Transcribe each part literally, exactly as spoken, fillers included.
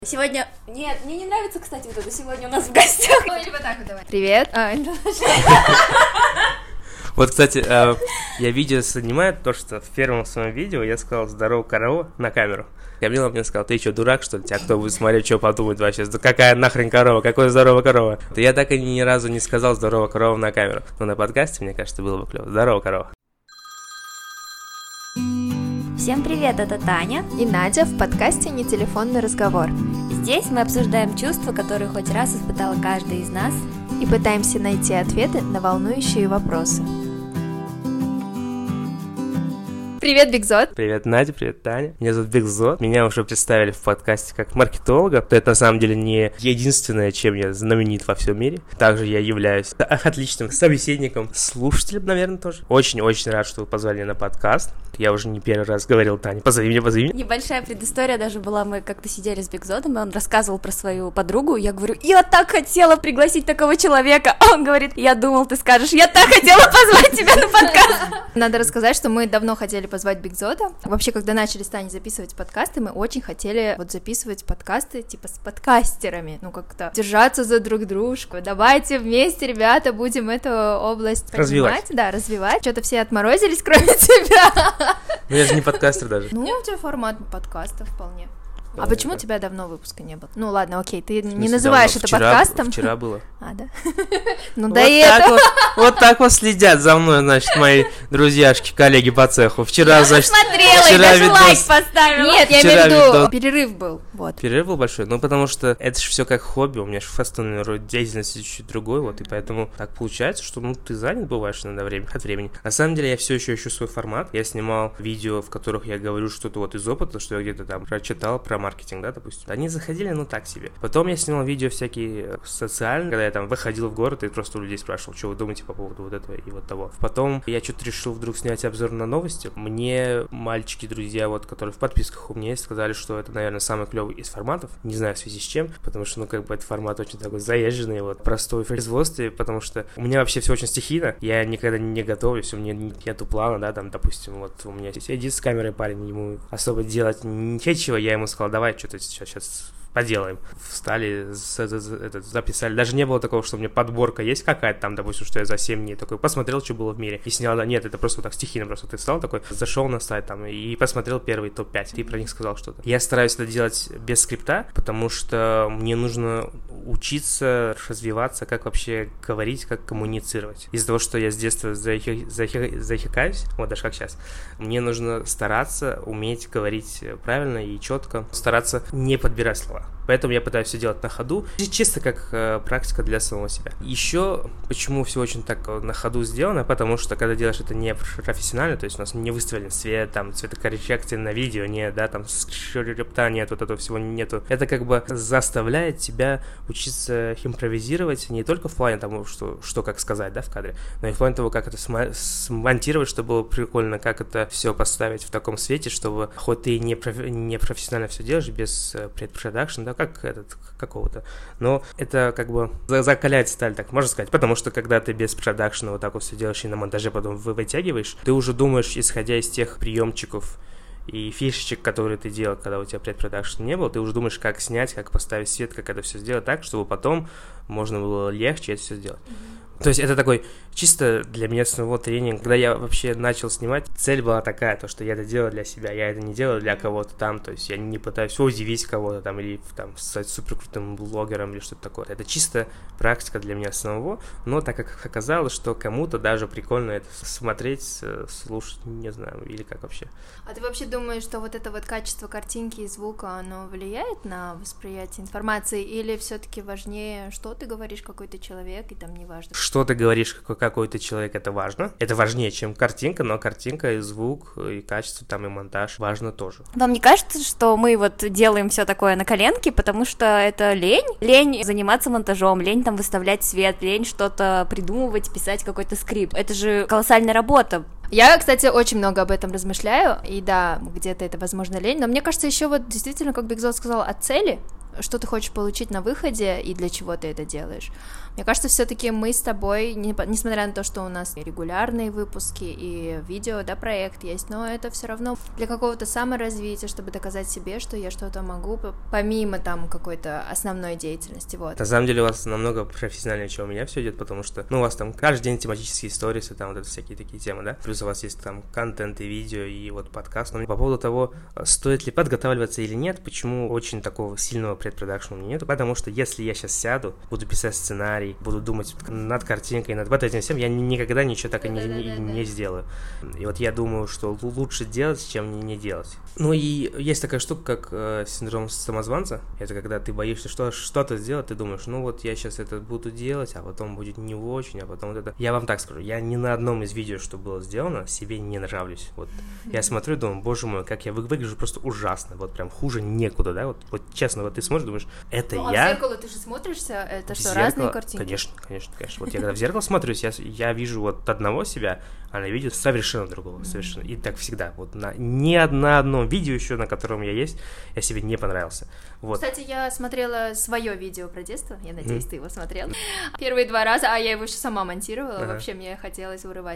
Сегодня... Нет, мне не нравится, кстати, вот это. Сегодня у нас в гостях. Ой, или вот так вот давай. Привет. А, Вот, кстати, я видео снимаю то, что в первом своем видео я сказал «здорово, корова» на камеру. Камила мне сказала: ты что, дурак, что ли? Тебя кто будет смотреть, что подумать вообще? Да какая нахрен корова? Какой здорово корова? Да я так и ни разу не сказал «здорово, корова» на камеру. Но на подкасте, мне кажется, было бы клево. Здорово, корова. Всем привет, это Таня и Надя в подкасте «Не телефонный разговор». Здесь мы обсуждаем чувства, которые хоть раз испытала каждый из нас, и пытаемся найти ответы на волнующие вопросы. Привет, Бигзот! Привет, Надя, привет, Таня. Меня зовут Бигзот. Меня уже представили в подкасте как маркетолога. Это на самом деле не единственное, чем я знаменит во всем мире. Также я являюсь отличным собеседником, слушателем, наверное, тоже. Очень-очень рад, что вы позвали меня на подкаст. Я уже не первый раз говорил Тане: позови меня, позови меня. Небольшая предыстория даже была. Мы как-то сидели с Бигзотом, и он рассказывал про свою подругу. Я говорю: я так хотела пригласить такого человека. А он говорит: я думал, ты скажешь, я так хотела позвать тебя на подкаст. Надо рассказать, что мы давно хотели позвать Бигзота. Вообще, когда начали с Таней записывать подкасты, мы очень хотели вот записывать подкасты типа с подкастерами, ну как-то держаться за друг дружку. Давайте вместе, ребята, будем эту область развивать. Поднимать, да, развивать. Что-то все отморозились, кроме тебя. Ну я же не подкастер даже. Ну, у тебя формат подкаста вполне. А почему у тебя давно выпуска не было? Ну ладно, окей, ты не называешь это вчера, подкастом. Вчера было. А, да? Ну вот да и это. Вот, вот так вот следят за мной, значит, мои друзьяшки, коллеги по цеху. Вчера, я значит, посмотрела вчера и даже видос... лайк поставила. Нет, я Вчера имею в виду, видос... перерыв был, вот. Перерыв был большой, ну потому что это же все как хобби, у меня же основной род деятельности чуть-чуть другой, вот, и поэтому так получается, что, ну, ты занят бываешь иногда время, от времени. На самом деле я все еще ищу свой формат. Я снимал видео, в которых я говорю что-то вот из опыта, что я где-то там прочитал про маркетинг, да, допустим. Они заходили, ну, так себе. Потом я снимал видео всякие социальные, когда я там выходил в город и просто у людей спрашивал, что вы думаете по поводу вот этого и вот того. Потом я что-то решил вдруг снять обзор на новости. Мне мальчики, друзья, вот, которые в подписках у меня есть, сказали, что это, наверное, самый клевый из форматов. Не знаю в связи с чем, потому что, ну, как бы, этот формат очень такой заезженный, вот, простой в производстве, потому что у меня вообще все очень стихийно. Я никогда не готовлюсь, у меня нету плана, да, там, допустим, вот, у меня сидит с камерой парень, ему особо делать нечего, я ему сказал: давай, что-то сейчас сейчас поделаем. Встали, этот, записали. Даже не было такого, что у меня подборка есть какая-то там, допустим, что я за семь дней такой посмотрел, что было в мире, и снял. Да, нет, это просто вот так стихийно, просто ты встал такой, зашел на сайт там и посмотрел первый топ пять, и про них сказал что-то. Я стараюсь это делать без скрипта, потому что мне нужно учиться, развиваться, как вообще говорить, как коммуницировать. Из-за того, что я с детства захи- захи- захикаюсь, вот даже как сейчас, мне нужно стараться уметь говорить правильно и четко, стараться не подбирать слова. Поэтому я пытаюсь все делать на ходу, чисто как э, практика для самого себя. Еще почему все очень так на ходу сделано, потому что когда делаешь это не профессионально, то есть у нас не выставлен свет, там цветокоррекции на видео, нет, да, там скрипта нет, вот этого всего нету. Это как бы заставляет тебя учиться импровизировать не только в плане того, что, что как сказать, да, в кадре, но и в плане того, как это см- смонтировать, чтобы было прикольно, как это все поставить в таком свете, чтобы хоть ты не, проф- не профессионально все делаешь, без э, предпродакшн, да, как этот, какого-то, но это как бы закаляет сталь, так можно сказать, потому что когда ты без продакшена вот так вот все делаешь и на монтаже потом вытягиваешь, ты уже думаешь, исходя из тех приемчиков и фишечек, которые ты делал, когда у тебя предпродакшн не было, ты уже думаешь, как снять, как поставить свет, как это все сделать так, чтобы потом можно было легче это все сделать. То есть это такой чисто для меня самого тренинг. Когда я вообще начал снимать, цель была такая, то, что я это делаю для себя, я это не делаю для кого-то там, то есть я не пытаюсь удивить кого-то там или там стать суперкрутым блогером или что-то такое. Это чисто практика для меня самого, но так как оказалось, что кому-то даже прикольно это смотреть, слушать, не знаю, или как вообще. А ты вообще думаешь, что вот это вот качество картинки и звука, оно влияет на восприятие информации, или все-таки важнее, что ты говоришь, какой-то человек, и там не важно? Что ты говоришь, какой ты человек, это важно. Это важнее, чем картинка, но картинка и звук, и качество там, и монтаж важно тоже. Вам не кажется, что мы вот делаем все такое на коленке, потому что это лень? Лень заниматься монтажом, лень там выставлять свет, лень что-то придумывать, писать какой-то скрипт. Это же колоссальная работа. Я, кстати, очень много об этом размышляю, и да, где-то это, возможно, лень, но мне кажется, еще вот действительно, как Бигзот сказал, от цели. что ты хочешь получить на выходе и для чего ты это делаешь. Мне кажется, все-таки мы с тобой, несмотря на то, что у нас и регулярные выпуски, и видео, да, проект есть, но это все равно для какого-то саморазвития, чтобы доказать себе, что я что-то могу, помимо там какой-то основной деятельности, вот. На самом деле у вас намного профессиональнее, чем у меня все идет, потому что, ну, у вас там каждый день тематические сторисы, там вот это всякие такие темы, да, плюс у вас есть там контент и видео, и вот подкаст. Но по поводу того, стоит ли подготавливаться или нет, почему очень такого сильного предпродакшена у меня нету, потому что если я сейчас сяду, буду писать сценарий, буду думать над картинкой, над вот этим всем, я никогда ничего так и не, не, не сделаю. И вот я думаю, что лучше делать, чем не, не делать. Ну и есть такая штука, как э, синдром самозванца. Это когда ты боишься что, что-то сделать, ты думаешь, ну вот я сейчас это буду делать, а потом будет не очень, а потом вот это... Я вам так скажу, я ни на одном из видео, что было сделано, себе не нравлюсь. Вот я смотрю и думаю, боже мой, как я выгляжу просто ужасно, вот прям хуже некуда, да, вот, вот честно, вот ты смотришь, думаешь, это ну, я... а в зеркало ты же смотришься, это что, зеркало... разные картинки? Конечно, конечно, конечно. Вот я когда в зеркало смотрюсь, я, я вижу вот одного себя, а на видео совершенно другого, совершенно. И так всегда. Вот на ни на одном видео еще, на котором я есть, я себе не понравился. Вот. Кстати, я смотрела свое видео про детство, я надеюсь, mm. ты его смотрел. Первые два раза, а я его еще сама монтировала, ага. Вообще мне хотелось урывать.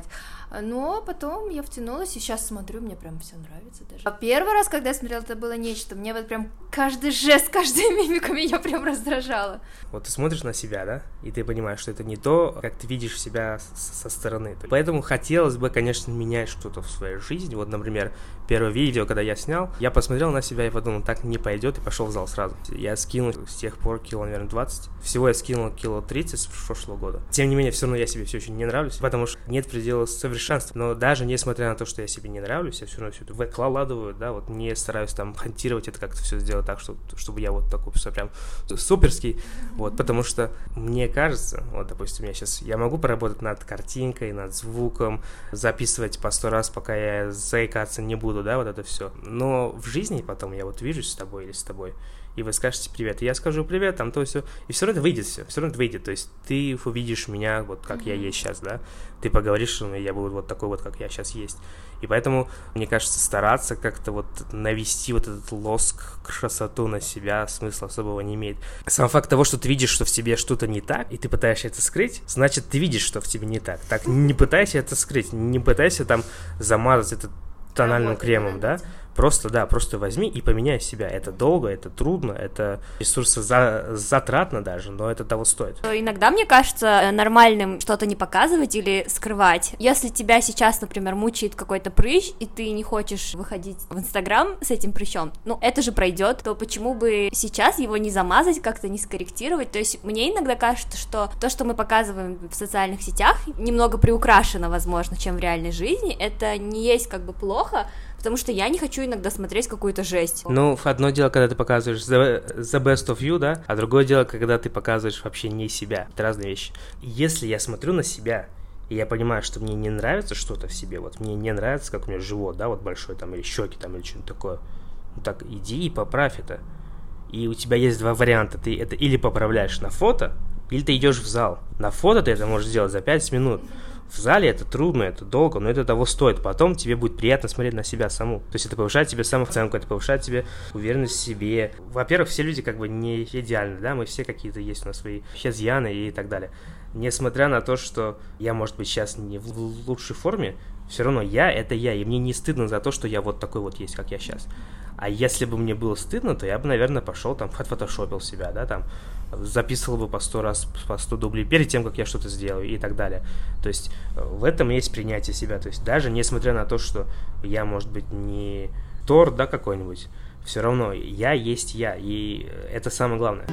Но потом я втянулась, и сейчас смотрю, мне прям все нравится даже. А первый раз, когда я смотрела, это было нечто. Мне вот прям каждый жест, каждая мимика меня прям раздражала. Вот ты смотришь на себя, да, и ты понимаешь, что это не то, как ты видишь себя со стороны. Поэтому хотелось бы, конечно, менять что-то в своей жизни. Вот, например, первое видео, когда я снял, я посмотрел на себя и подумал, так не пойдет, и пошел в зал сразу. Я скинул с тех пор кило, наверное, двадцать. Всего я скинул кило тридцать с прошлого года. Тем не менее, все равно я себе все еще не нравлюсь, потому что нет предела совершенства. Но даже несмотря на то, что я себе не нравлюсь, я все равно все это выкладываю, да, вот не стараюсь там монтировать это, как-то все сделать так, чтобы, чтобы я вот такой все прям суперский, вот, потому что мне кажется, вот, допустим, я сейчас, я могу поработать над картинкой, над звуком, записывать по сто раз, пока я заикаться не буду, да, вот это все. Но в жизни потом я вот вижусь с тобой или с тобой, и вы скажете привет, и я скажу привет, там то все, и все равно это выйдет все, все равно это выйдет, то есть ты увидишь меня вот как mm-hmm. я есть сейчас, да, ты поговоришь со мной, я буду вот такой вот, как я сейчас есть, и поэтому, мне кажется, стараться как-то вот навести вот этот лоск, красоту на себя, смысла особого не имеет. Сам факт того, что ты видишь, что в тебе что-то не так, и ты пытаешься это скрыть, значит, ты видишь, что в тебе не так, так не пытайся это скрыть, не пытайся там замазать это тональным Работать, кремом, да, просто, да, просто возьми и поменяй себя. Это долго, это трудно, это ресурсозатратно даже, но это того стоит. Иногда мне кажется нормальным что-то не показывать или скрывать. Если тебя сейчас, например, мучает какой-то прыщ, и ты не хочешь выходить в Инстаграм с этим прыщом, ну, это же пройдет, то почему бы сейчас его не замазать, как-то не скорректировать? То есть мне иногда кажется, что то, что мы показываем в социальных сетях, немного приукрашено, возможно, чем в реальной жизни, это не есть как бы плохо, потому что я не хочу иногда смотреть какую-то жесть. Ну, одно дело, когда ты показываешь the, the best of you, да, а другое дело, когда ты показываешь вообще не себя. Это разные вещи. Если я смотрю на себя, и я понимаю, что мне не нравится что-то в себе, вот мне не нравится, как у меня живот, да, вот большой там, или щеки там, или что-нибудь такое, ну так иди и поправь это. И у тебя есть два варианта. Ты это или поправляешь на фото, или ты идешь в зал. На фото ты это можешь сделать за пять минут. В зале это трудно, это долго, но это того стоит. Потом тебе будет приятно смотреть на себя саму. То есть это повышает тебе самооценку, это повышает тебе уверенность в себе. Во-первых, все люди как бы не идеальны, да, мы все какие-то есть у нас свои изъяны и так далее. Несмотря на то, что я, может быть, сейчас не в лучшей форме, все равно я — это я, и мне не стыдно за то, что я вот такой вот есть, как я сейчас. А если бы мне было стыдно, то я бы, наверное, пошел там, отфотошопил себя, да, там, записывал бы по сто раз, по сто дублей перед тем, как я что-то сделаю и так далее. То есть в этом есть принятие себя. То есть даже несмотря на то, что я, может быть, не Тор, да, какой-нибудь, все равно я есть я, и это самое главное.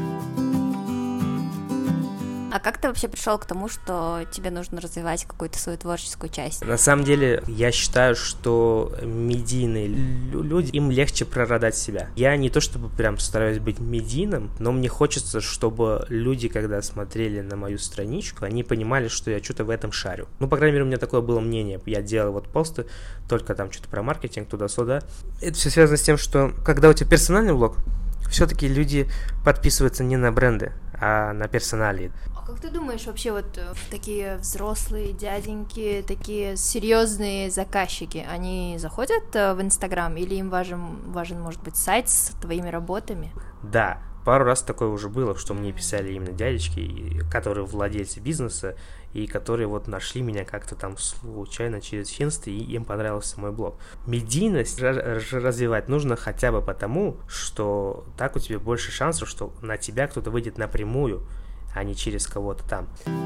А как ты вообще пришел к тому, что тебе нужно развивать какую-то свою творческую часть? На самом деле, я считаю, что медийные люди, им легче прородать себя. Я не то чтобы прям стараюсь быть медийным, но мне хочется, чтобы люди, когда смотрели на мою страничку, они понимали, что я что-то в этом шарю. Ну, по крайней мере, у меня такое было мнение. Я делал вот посты, только там что-то про маркетинг, туда-сюда. Это все связано с тем, что когда у тебя персональный блог, все-таки люди подписываются не на бренды, а на персоналии. А как ты думаешь, вообще вот такие взрослые дяденьки, такие серьезные заказчики, они заходят в Инстаграм или им важен, важен, может быть, сайт с твоими работами? Да, пару раз такое уже было, что мне писали именно дядечки, которые владельцы бизнеса, и которые вот нашли меня как-то там случайно через Финсты, и им понравился мой блог. Медийность развивать нужно хотя бы потому, что так у тебя больше шансов, что на тебя кто-то выйдет напрямую, а не через кого-то там.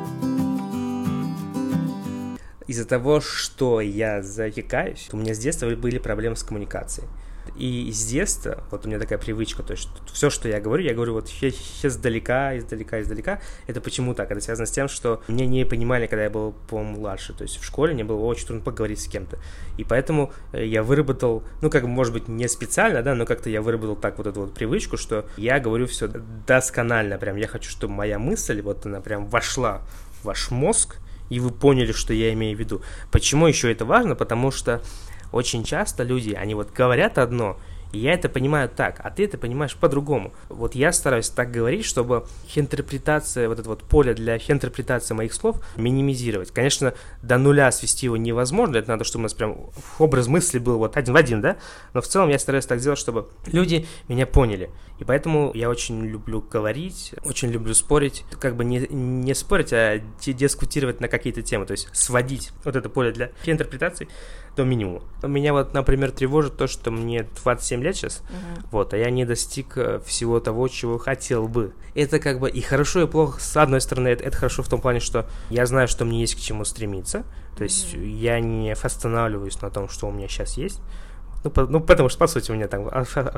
Из-за того, что я заикаюсь, у меня с детства были проблемы с коммуникацией. И с детства, вот у меня такая привычка, то есть все, что я говорю, я говорю вот издалека, издалека, издалека. Это почему так? Это связано с тем, что меня не понимали, когда я был помладше. То есть в школе мне было очень трудно поговорить с кем-то. И поэтому я выработал, ну как бы, может быть, не специально, да, но как-то я выработал так вот эту вот привычку, что я говорю все досконально. Прям я хочу, чтобы моя мысль, вот она прям вошла в ваш мозг, и вы поняли, что я имею в виду. Почему еще это важно? Потому что очень часто люди, они вот говорят одно, и я это понимаю так, а ты это понимаешь по-другому. Вот я стараюсь так говорить, чтобы интерпретация, вот это вот поле для интерпретации моих слов минимизировать. Конечно, до нуля свести его невозможно, это надо, чтобы у нас прям образ мысли был вот один в один, да? Но в целом я стараюсь так сделать, чтобы люди меня поняли. И поэтому я очень люблю говорить, очень люблю спорить, как бы не, не спорить, а дискутировать на какие-то темы, то есть сводить вот это поле для интерпретации до минимума. Меня вот, например, тревожит то, что мне двадцать семь лет сейчас, uh-huh. вот, а я не достиг всего того, чего хотел бы. Это как бы и хорошо, и плохо. С одной стороны, это, это хорошо в том плане, что я знаю, что мне есть к чему стремиться, то есть uh-huh. я не останавливаюсь на том, что у меня сейчас есть. Ну, по, ну, потому что, по сути, у меня там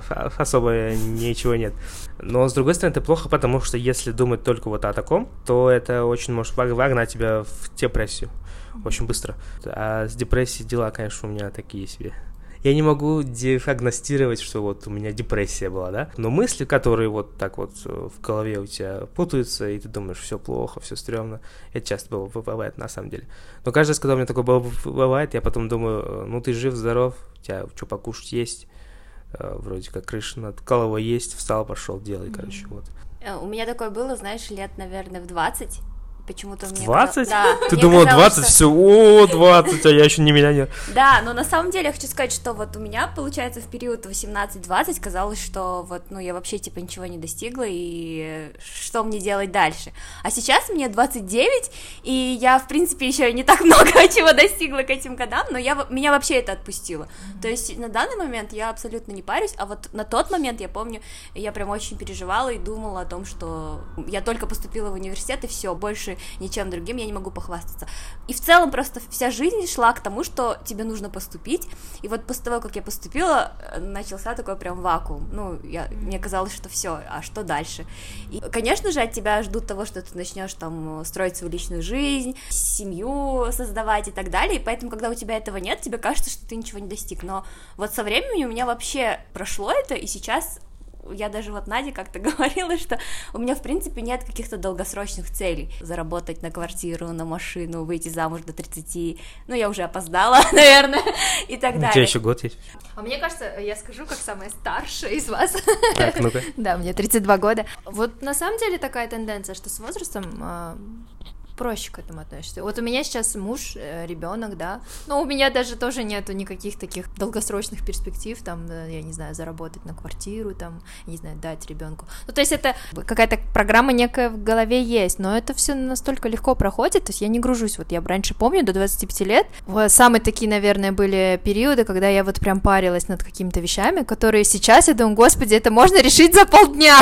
особо ничего нет. Но, с другой стороны, это плохо, потому что если думать только вот о таком, то это очень может вогнать тебя в депрессию очень быстро. А с депрессией дела, конечно, у меня такие себе. Я не могу диагностировать, что вот у меня депрессия была, да? Но мысли, которые вот так вот в голове у тебя путаются, и ты думаешь, все плохо, все стрёмно, это часто бывает на самом деле. Но каждый раз, когда у меня такое бывает, я потом думаю, ну ты жив, здоров, у тебя что покушать есть, вроде как крыша над головой есть, встал, пошел, делай, короче, вот. У меня такое было, знаешь, лет, наверное, в двадцать. Почему-то мне двадцать? Да, ты мне думала казалось, двадцать, что... все, о, двадцать, а я еще не миллионер. Да, но на самом деле я хочу сказать, что вот у меня, получается, в период восемнадцать-двадцать казалось, что вот, ну, я вообще, типа, ничего не достигла, и что мне делать дальше? А сейчас мне двадцать девять, и я, в принципе, еще не так много чего достигла к этим годам, но я, меня вообще это отпустило. Mm-hmm. То есть на данный момент я абсолютно не парюсь, а вот на тот момент, я помню, я прям очень переживала и думала о том, что я только поступила в университет, и все, больше ничем другим я не могу похвастаться. И в целом просто вся жизнь шла к тому, что тебе нужно поступить, и вот после того, как я поступила, начался такой прям вакуум. Ну, я, мне казалось, что все, а что дальше? И, конечно же, от тебя ждут того, что ты начнешь там строить свою личную жизнь, семью создавать и так далее, и поэтому, когда у тебя этого нет, тебе кажется, что ты ничего не достиг. Но вот со временем у меня вообще прошло это, и сейчас я даже вот Наде как-то говорила, что у меня, в принципе, нет каких-то долгосрочных целей. Заработать на квартиру, на машину, выйти замуж до тридцати. Ну, я уже опоздала, наверное, и так далее. У тебя еще год есть. А мне кажется, я скажу, как самая старшая из вас. Так, ну-ка. Да, мне тридцать два года. Вот на самом деле такая тенденция, что с возрастом проще к этому относишься. Вот у меня сейчас муж, ребенок, да, но у меня даже тоже нету никаких таких долгосрочных перспектив, там, я не знаю, заработать на квартиру, там, не знаю, дать ребенку. Ну, то есть это какая-то программа некая в голове есть, но это все настолько легко проходит, то есть я не гружусь. Вот я раньше помню, до двадцати пяти лет, самые такие, наверное, были периоды, когда я вот прям парилась над какими-то вещами, которые сейчас, я думаю, господи, это можно решить за полдня,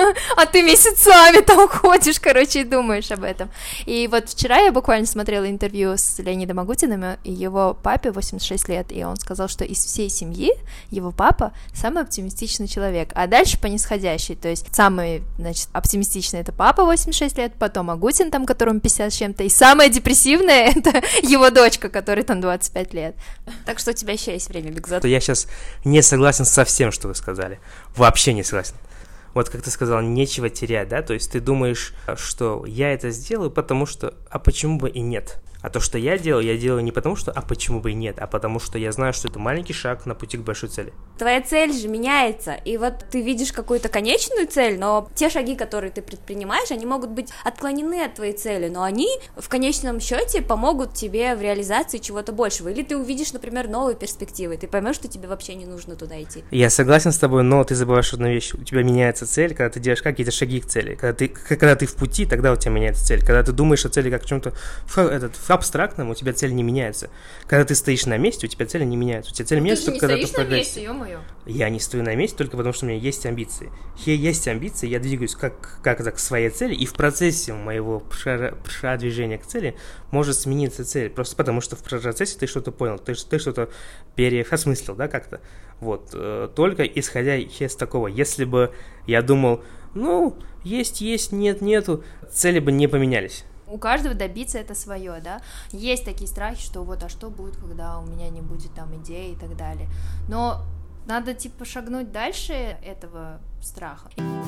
а ты месяцами там ходишь, короче, и думаешь об этом. И И вот вчера я буквально смотрела интервью с Леонидом Агутиным, и его папе восемьдесят шесть лет, и он сказал, что из всей семьи его папа самый оптимистичный человек, а дальше по нисходящей, то есть самый, значит, оптимистичный это папа восемьдесят шесть лет, потом Агутин, там, которому пятьдесят с чем-то, и самая депрессивная это его дочка, которой там двадцать пять лет. Так что у тебя еще есть время, Бигзот. Я сейчас не согласен со всем, что вы сказали, вообще не согласен. Вот как ты сказал, нечего терять, да, то есть ты думаешь, что я это сделаю, потому что, а почему бы и нет? А то, что я делаю, я делаю не потому, что, а почему бы и нет, а потому что я знаю, что это маленький шаг на пути к большой цели. Твоя цель же меняется, и вот ты видишь какую-то конечную цель, но те шаги, которые ты предпринимаешь, они могут быть отклонены от твоей цели, но они в конечном счете помогут тебе в реализации чего-то большего. Или ты увидишь, например, новые перспективы, ты поймешь, что тебе вообще не нужно туда идти. Я согласен с тобой, но ты забываешь одну вещь, у тебя меняется меняется цель, когда ты делаешь какие-то шаги к цели. Когда ты, когда ты в пути, тогда у тебя меняется цель. Когда ты думаешь о цели как о чем-то в, этот, в абстрактном, у тебя цель не меняется. Когда ты стоишь на месте, у тебя цель не меняется. У тебя цель меняется только когда ты в прогрессе. Ё-моё. Я не стою на месте только потому, что у меня есть амбиции. Есть амбиции, я двигаюсь как, как это, к своей цели, и в процессе моего продвижения к цели может смениться цель. Просто потому, что в процессе ты что-то понял, ты, ты что-то переосмыслил, да, как-то. Вот. Только исходя из такого, если бы я думал, ну, есть, есть, нет, нету, цели бы не поменялись. У каждого добиться это свое, да. Есть такие страхи, что вот, а что будет, когда у меня не будет там идей и так далее. Но надо, типа, шагнуть дальше этого страха.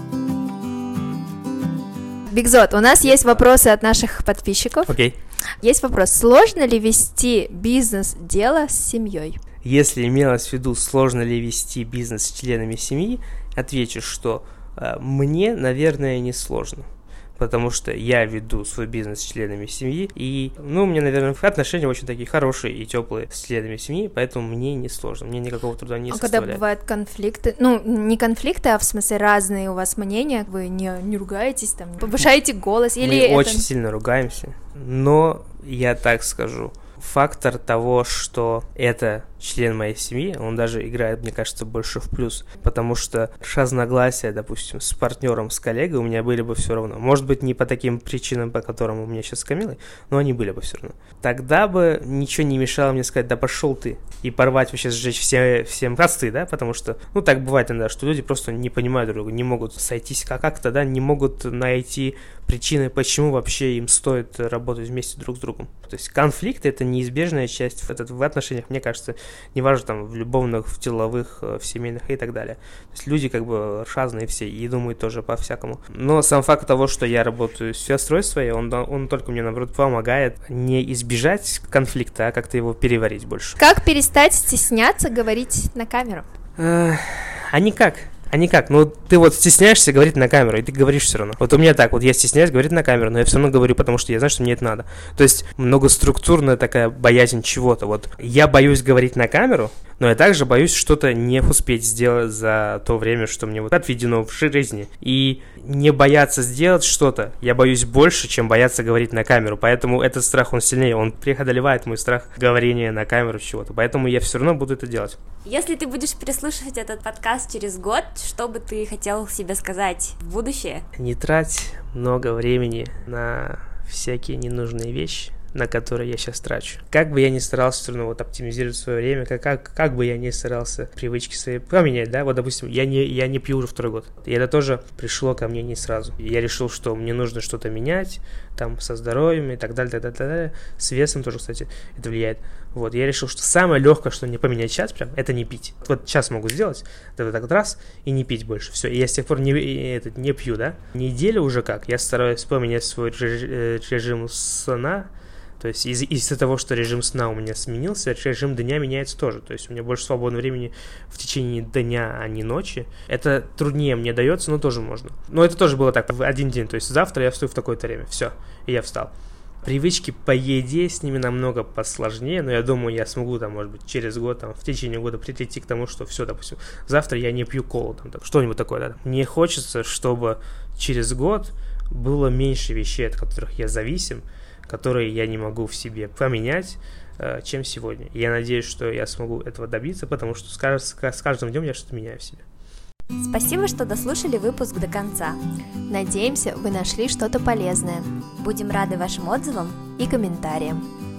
Бигзот, у нас есть вопросы от наших подписчиков. Окей. Okay. Есть вопрос, сложно ли вести бизнес-дело с семьей? Если имелось в виду, сложно ли вести бизнес с членами семьи, отвечу, что э, мне, наверное, не сложно. Потому что я веду свой бизнес с членами семьи, и, ну, у меня, наверное, отношения очень такие хорошие и теплые с членами семьи, поэтому мне не сложно, мне никакого труда не а составляет. А когда бывают конфликты, ну, не конфликты, а в смысле разные у вас мнения, вы не, не ругаетесь, там, повышаете голос, или Мы это... очень сильно ругаемся, но я так скажу, фактор того, что это член моей семьи, он даже играет, мне кажется, больше в плюс, потому что разногласия, допустим, с партнером, с коллегой у меня были бы все равно. Может быть, не по таким причинам, по которым у меня сейчас с Камилой, но они были бы все равно. Тогда бы ничего не мешало мне сказать, да пошел ты, и порвать вообще, сжечь все, всем хвосты, да, потому что, ну, так бывает иногда, что люди просто не понимают друг друга, не могут сойтись как-то, да, не могут найти причины, почему вообще им стоит работать вместе друг с другом. То есть конфликт — это неизбежная часть в, этот, в отношениях, мне кажется, неважно, там, в любовных, в деловых, в семейных и так далее. То есть люди как бы разные все и думают тоже по-всякому. Но сам факт того, что я работаю с сестрой своей, он, он только мне, наоборот, помогает не избежать конфликта, а как-то его переварить больше. Как перестать стесняться говорить на камеру? А никак. А никак, ну ты вот стесняешься говорить на камеру, и ты говоришь все равно. Вот у меня так, вот я стесняюсь говорить на камеру, но я все равно говорю, потому что я знаю, что мне это надо. То есть многоструктурная такая боязнь чего-то. Вот я боюсь говорить на камеру, но я также боюсь что-то не успеть сделать за то время, что мне вот отведено в жизни. И не бояться сделать что-то, я боюсь больше, чем бояться говорить на камеру. Поэтому этот страх, он сильнее, он преодолевает мой страх говорения на камеру чего-то. Поэтому я все равно буду это делать. Если ты будешь переслушивать этот подкаст через год, что бы ты хотел себе сказать в будущее? Не трать много времени на всякие ненужные вещи, на которые я сейчас трачу. Как бы я ни старался все равно вот оптимизировать свое время, как, как, как бы я ни старался привычки свои поменять, да, вот, допустим, я не, я не пью уже второй год, и это тоже пришло ко мне не сразу. Я решил, что мне нужно что-то менять, там, со здоровьем и так далее, так далее, так далее. С весом тоже, кстати, это влияет. Вот, я решил, что самое легкое, что не поменять сейчас прям, это не пить. Вот сейчас могу сделать, это так вот раз, и не пить больше. Все, и я с тех пор не, это, не пью, да. Неделю уже как, я стараюсь поменять свой режим сна. То есть из- из-за того, что режим сна у меня сменился, режим дня меняется тоже. То есть у меня больше свободного времени в течение дня, а не ночи. Это труднее мне дается, но тоже можно. Но это тоже было так, в один день. То есть завтра я встаю в такое-то время. Все, и я встал. Привычки по еде с ними намного посложнее, но я думаю, я смогу, там, может быть, через год, там, в течение года прийти к тому, что все, допустим, завтра я не пью колу, там, там, что-нибудь такое, да. Мне хочется, чтобы через год было меньше вещей, от которых я зависим, которые я не могу в себе поменять, чем сегодня. И я надеюсь, что я смогу этого добиться, потому что с каждым днем я что-то меняю в себе. Спасибо, что дослушали выпуск до конца. Надеемся, вы нашли что-то полезное. Будем рады вашим отзывам и комментариям.